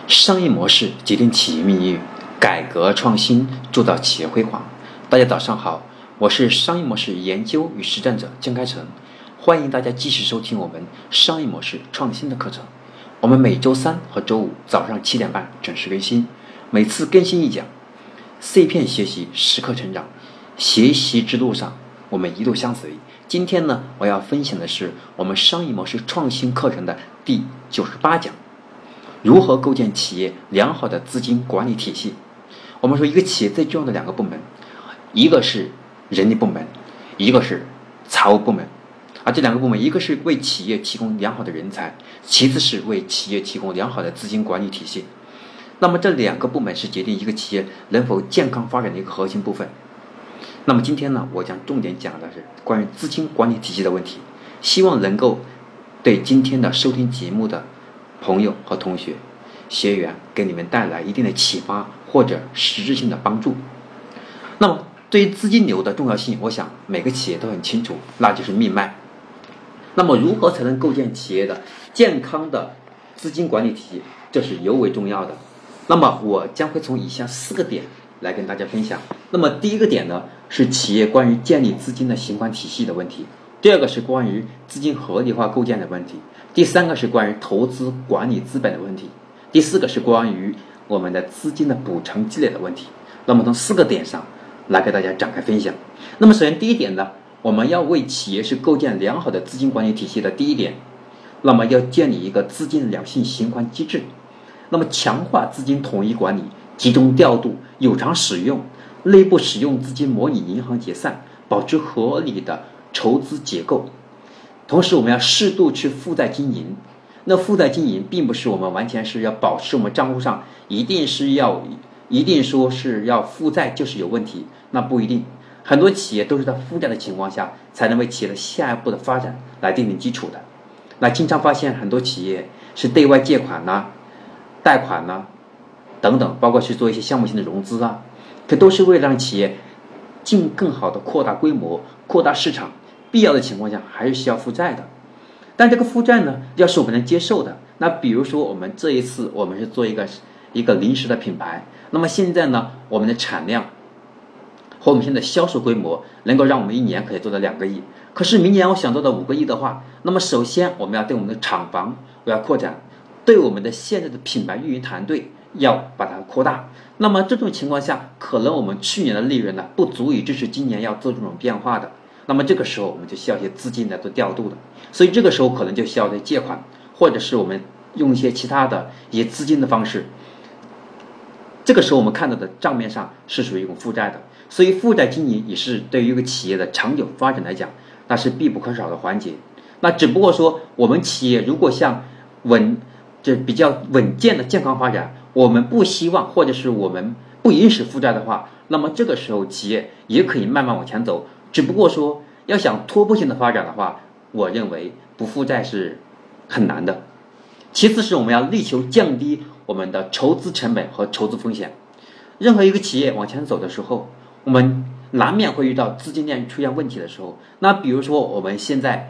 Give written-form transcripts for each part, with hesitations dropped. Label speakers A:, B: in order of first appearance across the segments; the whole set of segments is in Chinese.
A: 商业模式决定企业命运，改革创新铸造企业辉煌。大家早上好，我是商业模式研究与实战者江开成，欢迎大家继续收听我们商业模式创新的课程。我们每周三和周五早上7点半准时更新，每次更新一讲。碎片学习，时刻成长，学习之路上我们一路相随。今天呢，我要分享的是我们商业模式创新课程的第98讲，如何构建企业良好的资金管理体系。我们说一个企业最重要的两个部门，一个是人力部门，一个是财务部门。这两个部门，一个是为企业提供良好的人才，其次是为企业提供良好的资金管理体系。那么这两个部门是决定一个企业能否健康发展的一个核心部分。那么今天呢，我将重点讲的是关于资金管理体系的问题，希望能够对今天的收听节目的朋友和同学、学员给你们带来一定的启发或者实质性的帮助。那么对于资金流的重要性，我想每个企业都很清楚，那就是命脉。那么如何才能构建企业的健康的资金管理体系，这是尤为重要的。那么我将会从以下4个点来跟大家分享。那么第一个点呢，是企业关于建立资金的循环体系的问题；第二个是关于资金合理化构建的问题；第三个是关于投资管理资本的问题；第四个是关于我们的资金的补偿积累的问题。那么从4个点上来给大家展开分享。那么首先第一点呢，我们要为企业是构建良好的资金管理体系的第一点，那么要建立一个资金良性循环机制。那么强化资金统一管理，集中调度，有偿使用，内部使用资金模拟银行结算，保持合理的筹资结构。同时我们要适度去负债经营。那负债经营并不是我们完全是要保持我们账户上一定说是要负债就是有问题，那不一定。很多企业都是在负债的情况下才能为企业的下一步的发展来奠定基础的。那经常发现很多企业是对外借款贷款等等，包括去做一些项目性的融资这都是为了让企业尽更好的扩大规模、扩大市场，必要的情况下还是需要负债的。但这个负债呢，要是我们能接受的。那比如说我们这一次我们是做一个零食的品牌，那么现在呢，我们的产量和我们现在销售规模能够让我们一年可以做到2个亿。可是明年我想做到5个亿的话，那么首先我们要对我们的厂房要扩展，对我们的现在的品牌运营团队要把它扩大。那么这种情况下，可能我们去年的利润呢不足以支持今年要做这种变化的。那么这个时候我们就需要一些资金来做调度的，所以这个时候可能就需要借款，或者是我们用一些其他的一些资金的方式。这个时候我们看到的账面上是属于一种负债的，所以负债经营也是对于一个企业的长久发展来讲，那是必不可少的环节。那只不过说我们企业如果像比较稳健的健康发展，我们不希望或者是我们不允许负债的话，那么这个时候企业也可以慢慢往前走。只不过说要想突破性的发展的话，我认为不负债是很难的。其次是我们要力求降低我们的筹资成本和筹资风险。任何一个企业往前走的时候，我们难免会遇到资金链出现问题的时候。那比如说我们现在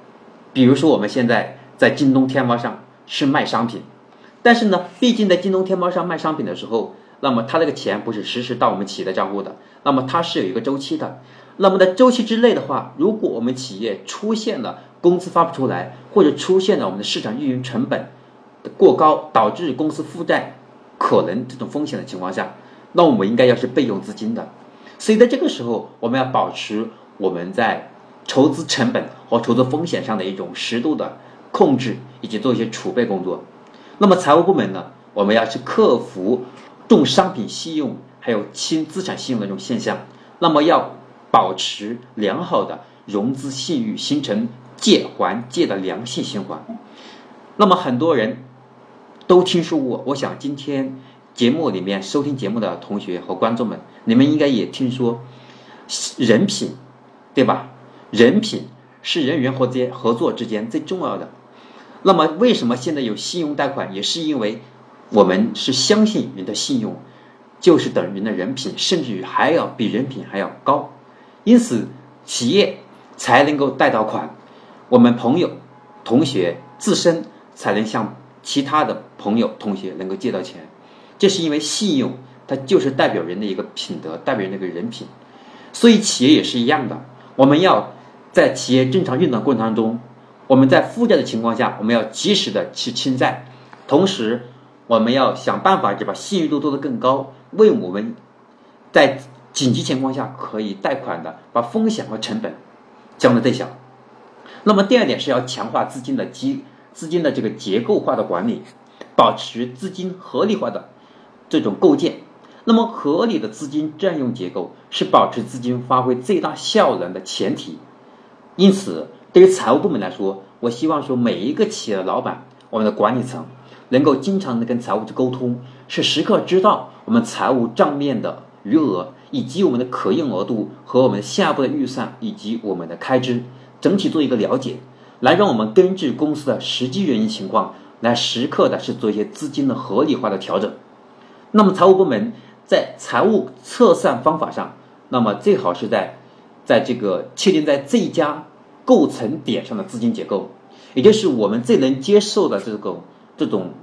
A: 在京东天猫上是卖商品，但是呢，毕竟在京东天猫上卖商品的时候，那么它这个钱不是实时到我们企业的账户的，那么它是有一个周期的。那么在周期之内的话，如果我们企业出现了工资发不出来，或者出现了我们的市场运营成本过高，导致公司负债可能这种风险的情况下，那我们应该要是备用资金的。所以在这个时候，我们要保持我们在筹资成本和筹资风险上的一种适度的控制，以及做一些储备工作。那么财务部门呢，我们要去克服重商品信用还有轻资产信用的这种现象，那么要保持良好的融资信誉，形成借还借的良性循环。那么很多人都听说过，我想今天节目里面收听节目的同学和观众们，你们应该也听说人品，对吧？人品是人与人合作之间最重要的。那么为什么现在有信用贷款，也是因为我们是相信人的信用就是等于人的人品，甚至于还要比人品还要高。因此企业才能够贷到款，我们朋友同学自身才能向其他的朋友、同学能够借到钱，这是因为信用它就是代表人的一个品德，代表人的一个人品。所以企业也是一样的，我们要在企业正常运转过程当中，我们在负债的情况下，我们要及时的去清债，同时我们要想办法就把信誉度做得更高，为我们在紧急情况下可以贷款的把风险和成本降得最小。那么第二点是要强化资金的这个结构化的管理，保持资金合理化的这种构建。那么合理的资金占用结构是保持资金发挥最大效能的前提。因此对于财务部门来说，我希望说每一个企业的老板，我们的管理层能够经常的跟财务去沟通，是时刻知道我们财务账面的余额，以及我们的可用额度和我们下步的预算以及我们的开支整体做一个了解，来让我们根据公司的实际运营情况来时刻的是做一些资金的合理化的调整。那么财务部门在财务测算方法上，那么最好是在这个确定在最佳构成点上的资金结构，也就是我们最能接受的这种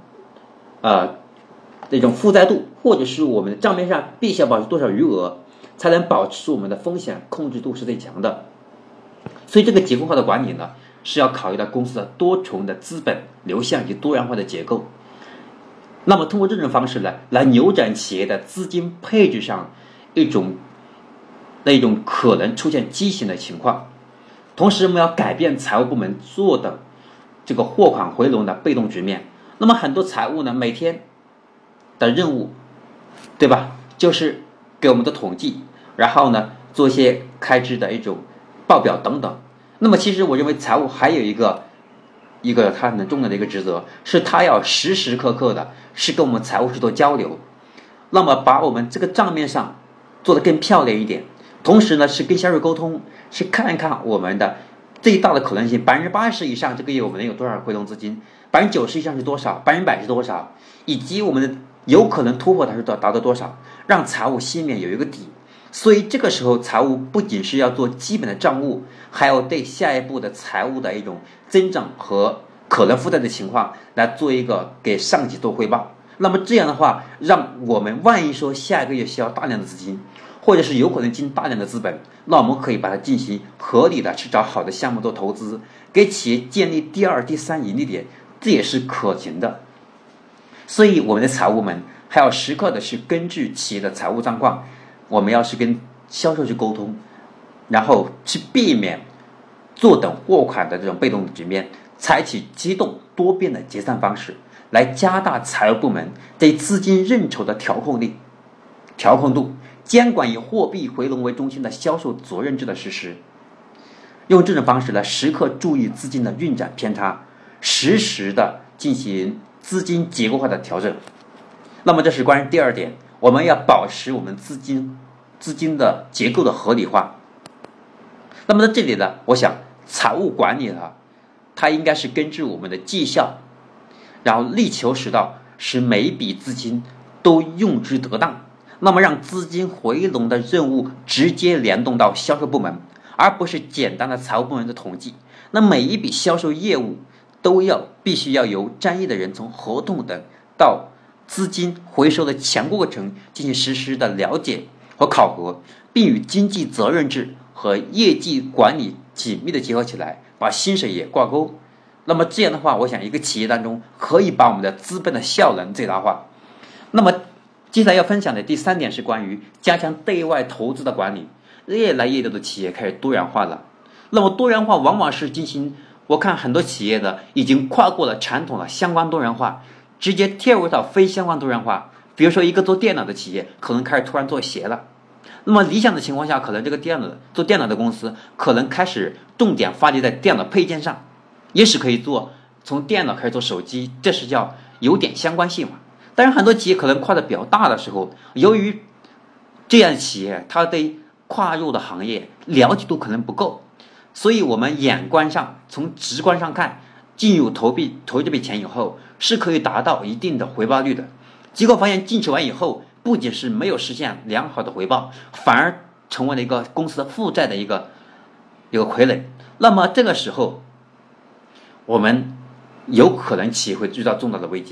A: 负债度，或者是我们的账面上必须要保持多少余额，才能保持我们的风险控制度是最强的。所以这个结构化的管理呢，是要考虑到公司的多重的资本流向以及多元化的结构。那么通过这种方式呢，来扭转企业的资金配置上那一种可能出现畸形的情况。同时我们要改变财务部门做的这个货款回笼的被动局面。那么很多财务呢，每天的任务，对吧，就是给我们的统计，然后呢做一些开支的一种报表等等。那么其实我认为财务还有一个它很重要的一个职责，是它要时时刻刻的是跟我们财务去做交流，那么把我们这个账面上做得更漂亮一点，同时呢是跟销售沟通，是看一看我们的最大的可能性，80%以上这个月我们能有多少回笼资金，90%以上是多少，100%是多少，以及我们的有可能突破它是达到多少，让财务心里面有一个底。所以这个时候财务不仅是要做基本的账务，还要对下一步的财务的一种增长和可能负债的情况来做一个给上级做汇报。那么这样的话，让我们万一说下一个月需要大量的资金，或者是有可能进大量的资本，那我们可以把它进行合理的去找好的项目做投资，给企业建立第二、第三盈利点，这也是可行的。所以我们的财务们还要时刻的去根据企业的财务状况，我们要是跟销售去沟通，然后去避免坐等货款的这种被动局面，采取机动多变的结算方式，来加大财务部门对资金认筹的调控度，监管以货币回笼为中心的销售责任制的实施。用这种方式来时刻注意资金的运转偏差，实时的进行资金结构化的调整。那么这是关于第二点，我们要保持我们资金的结构的合理化。那么在这里呢，我想财务管理呢，它应该是根据我们的绩效，然后力求使到使每一笔资金都用之得当，那么让资金回笼的任务直接联动到销售部门，而不是简单的财务部门的统计。那每一笔销售业务都必须要由专业的人从合同等到资金回收的全过程进行实时的了解和考核，并与经济责任制和业绩管理紧密的结合起来，把薪水也挂钩。那么这样的话，我想一个企业当中可以把我们的资本的效能最大化。那么接下来要分享的第三点是关于加强对外投资的管理。越来越多的企业开始多元化了，那么多元化往往是我看很多企业的已经跨过了传统的相关多元化，直接跳入到非相关多元化。比如说一个做电脑的企业可能开始突然做鞋了，那么理想的情况下，可能这个做电脑的公司可能开始重点发力在电脑配件上，也是可以从电脑开始做手机，这是叫有点相关性嘛。当然很多企业可能跨得比较大的时候，由于这样的企业它对跨入的行业了解度可能不够，所以我们眼观上从直观上看，进入投这笔钱以后是可以达到一定的回报率的。结果发现进去完以后，不仅是没有实现良好的回报，反而成为了一个公司的负债的一个傀儡。那么这个时候我们有可能企业会遇到重大的危机。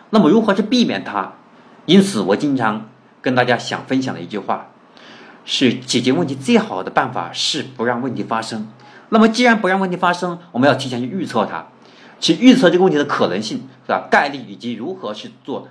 A: 那么如何去避免它？因此我经常跟大家想分享的一句话是，解决问题最好的办法是不让问题发生。那么既然不让问题发生，我们要提前去预测它，去预测这个问题的可能性，是吧？概率以及如何去做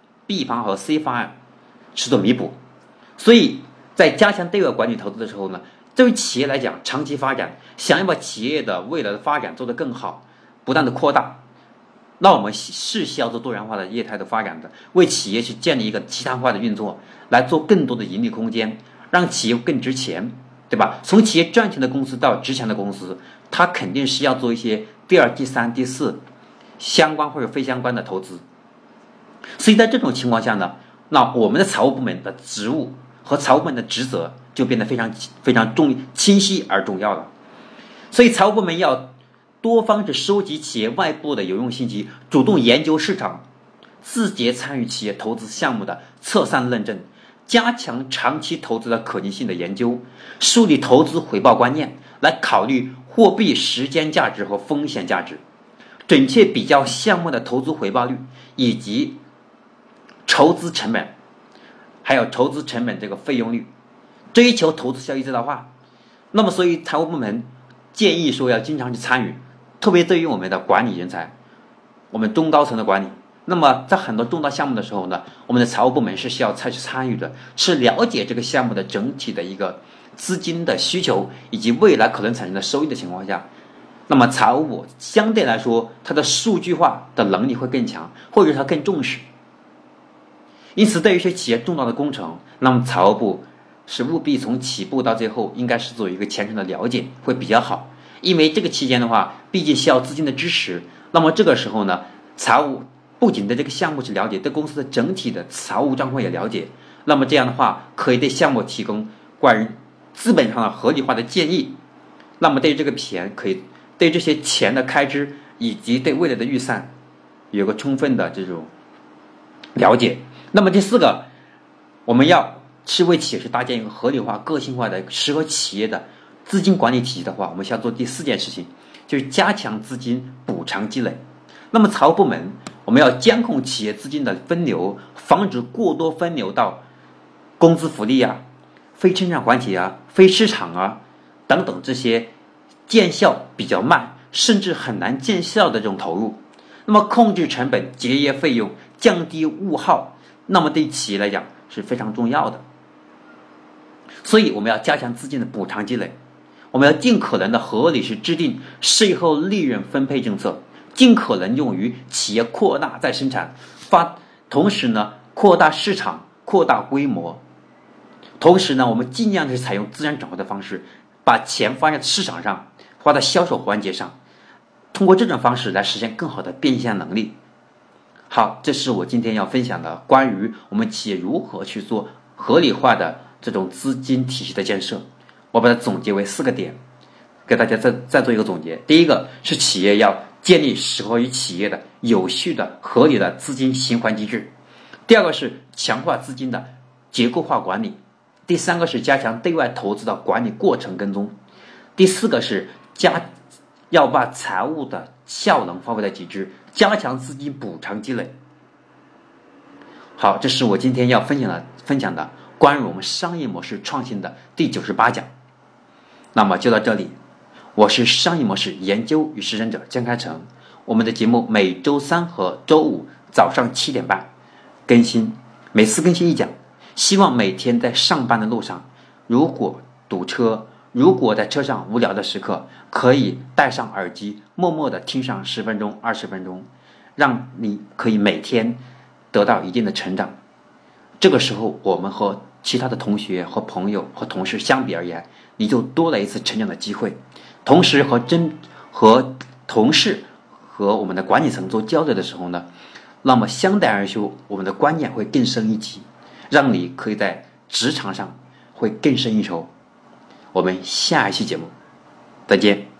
A: B 方案和 C 方案去做弥补。所以在加强对外管理投资的时候呢，对于企业来讲，长期发展，想要把企业的未来的发展做得更好，不断的扩大，那我们是需要做多元化的业态的发展的，为企业去建立一个集团化的运作，来做更多的盈利空间，让企业更值钱，对吧？从企业赚钱的公司到值钱的公司，它肯定是要做一些第二、第三、第四相关或者非相关的投资。所以在这种情况下呢，那我们的财务部门的职务和财务部门的职责就变得非常清晰而重要了。所以财务部门要多方去收集企业外部的有用信息，主动研究市场，自觉参与企业投资项目的测算认证，加强长期投资的可行性的研究，树立投资回报观念，来考虑货币时间价值和风险价值，准确比较项目的投资回报率以及筹资成本，还有投资成本这个费用率，追求投资效益最大化。那么所以财务部门建议说要经常去参与，特别对于我们的管理人才，我们中高层的管理，那么在很多重大项目的时候呢，我们的财务部门是需要去参与的，是了解这个项目的整体的一个资金的需求以及未来可能产生的收益的情况下，那么财务部相对来说它的数据化的能力会更强，或者它更重视。因此对于一些企业重大的工程，那么财务部是务必从起步到最后应该是做一个全程的了解会比较好。因为这个期间的话毕竟需要资金的支持，那么这个时候呢，财务不仅对这个项目去了解，对公司的整体的财务状况也了解，那么这样的话可以对项目提供关于资本上的合理化的建议，那么对于这个钱可以对这些钱的开支以及对未来的预算有个充分的这种了解。那么第四个，我们要是为企业去搭建一个合理化、个性化的适合企业的资金管理体系的话，我们需要做第四件事情，就是加强资金补偿积累。那么财务部门我们要监控企业资金的分流，防止过多分流到工资福利啊、非生产环节啊、非市场啊等等这些见效比较慢甚至很难见效的这种投入。那么控制成本、节约费用、降低物耗，那么对企业来讲是非常重要的。所以我们要加强资金的补偿积累，我们要尽可能的合理去制定税后利润分配政策，尽可能用于企业扩大再生产，同时呢扩大市场、扩大规模。同时呢，我们尽量是采用资产转化的方式，把钱花在市场上，花在销售环节上，通过这种方式来实现更好的变现能力。好，这是我今天要分享的关于我们企业如何去做合理化的这种资金体系的建设。我把它总结为4个点，给大家再做一个总结。第一个是企业要建立适合于企业的有序的合理的资金循环机制。第二个是强化资金的结构化管理。第三个是加强对外投资的管理过程跟踪。第四个是要把财务的效能发挥到极致，加强资金补偿积累。好，这是我今天要分享的关于我们商业模式创新的第98讲。那么就到这里，我是商业模式研究与实践者江开成。我们的节目每周3和周5早上7点半更新，每次更新一讲。希望每天在上班的路上，如果堵车，如果在车上无聊的时刻，可以戴上耳机，默默地听上10分钟、20分钟，让你可以每天得到一定的成长。这个时候，我们和其他的同学和朋友和同事相比而言，你就多了一次成长的机会。同时和同事和我们的管理层做交流的时候呢，那么相对而言，我们的观念会更深一级，让你可以在职场上会更胜一筹。我们下一期节目再见。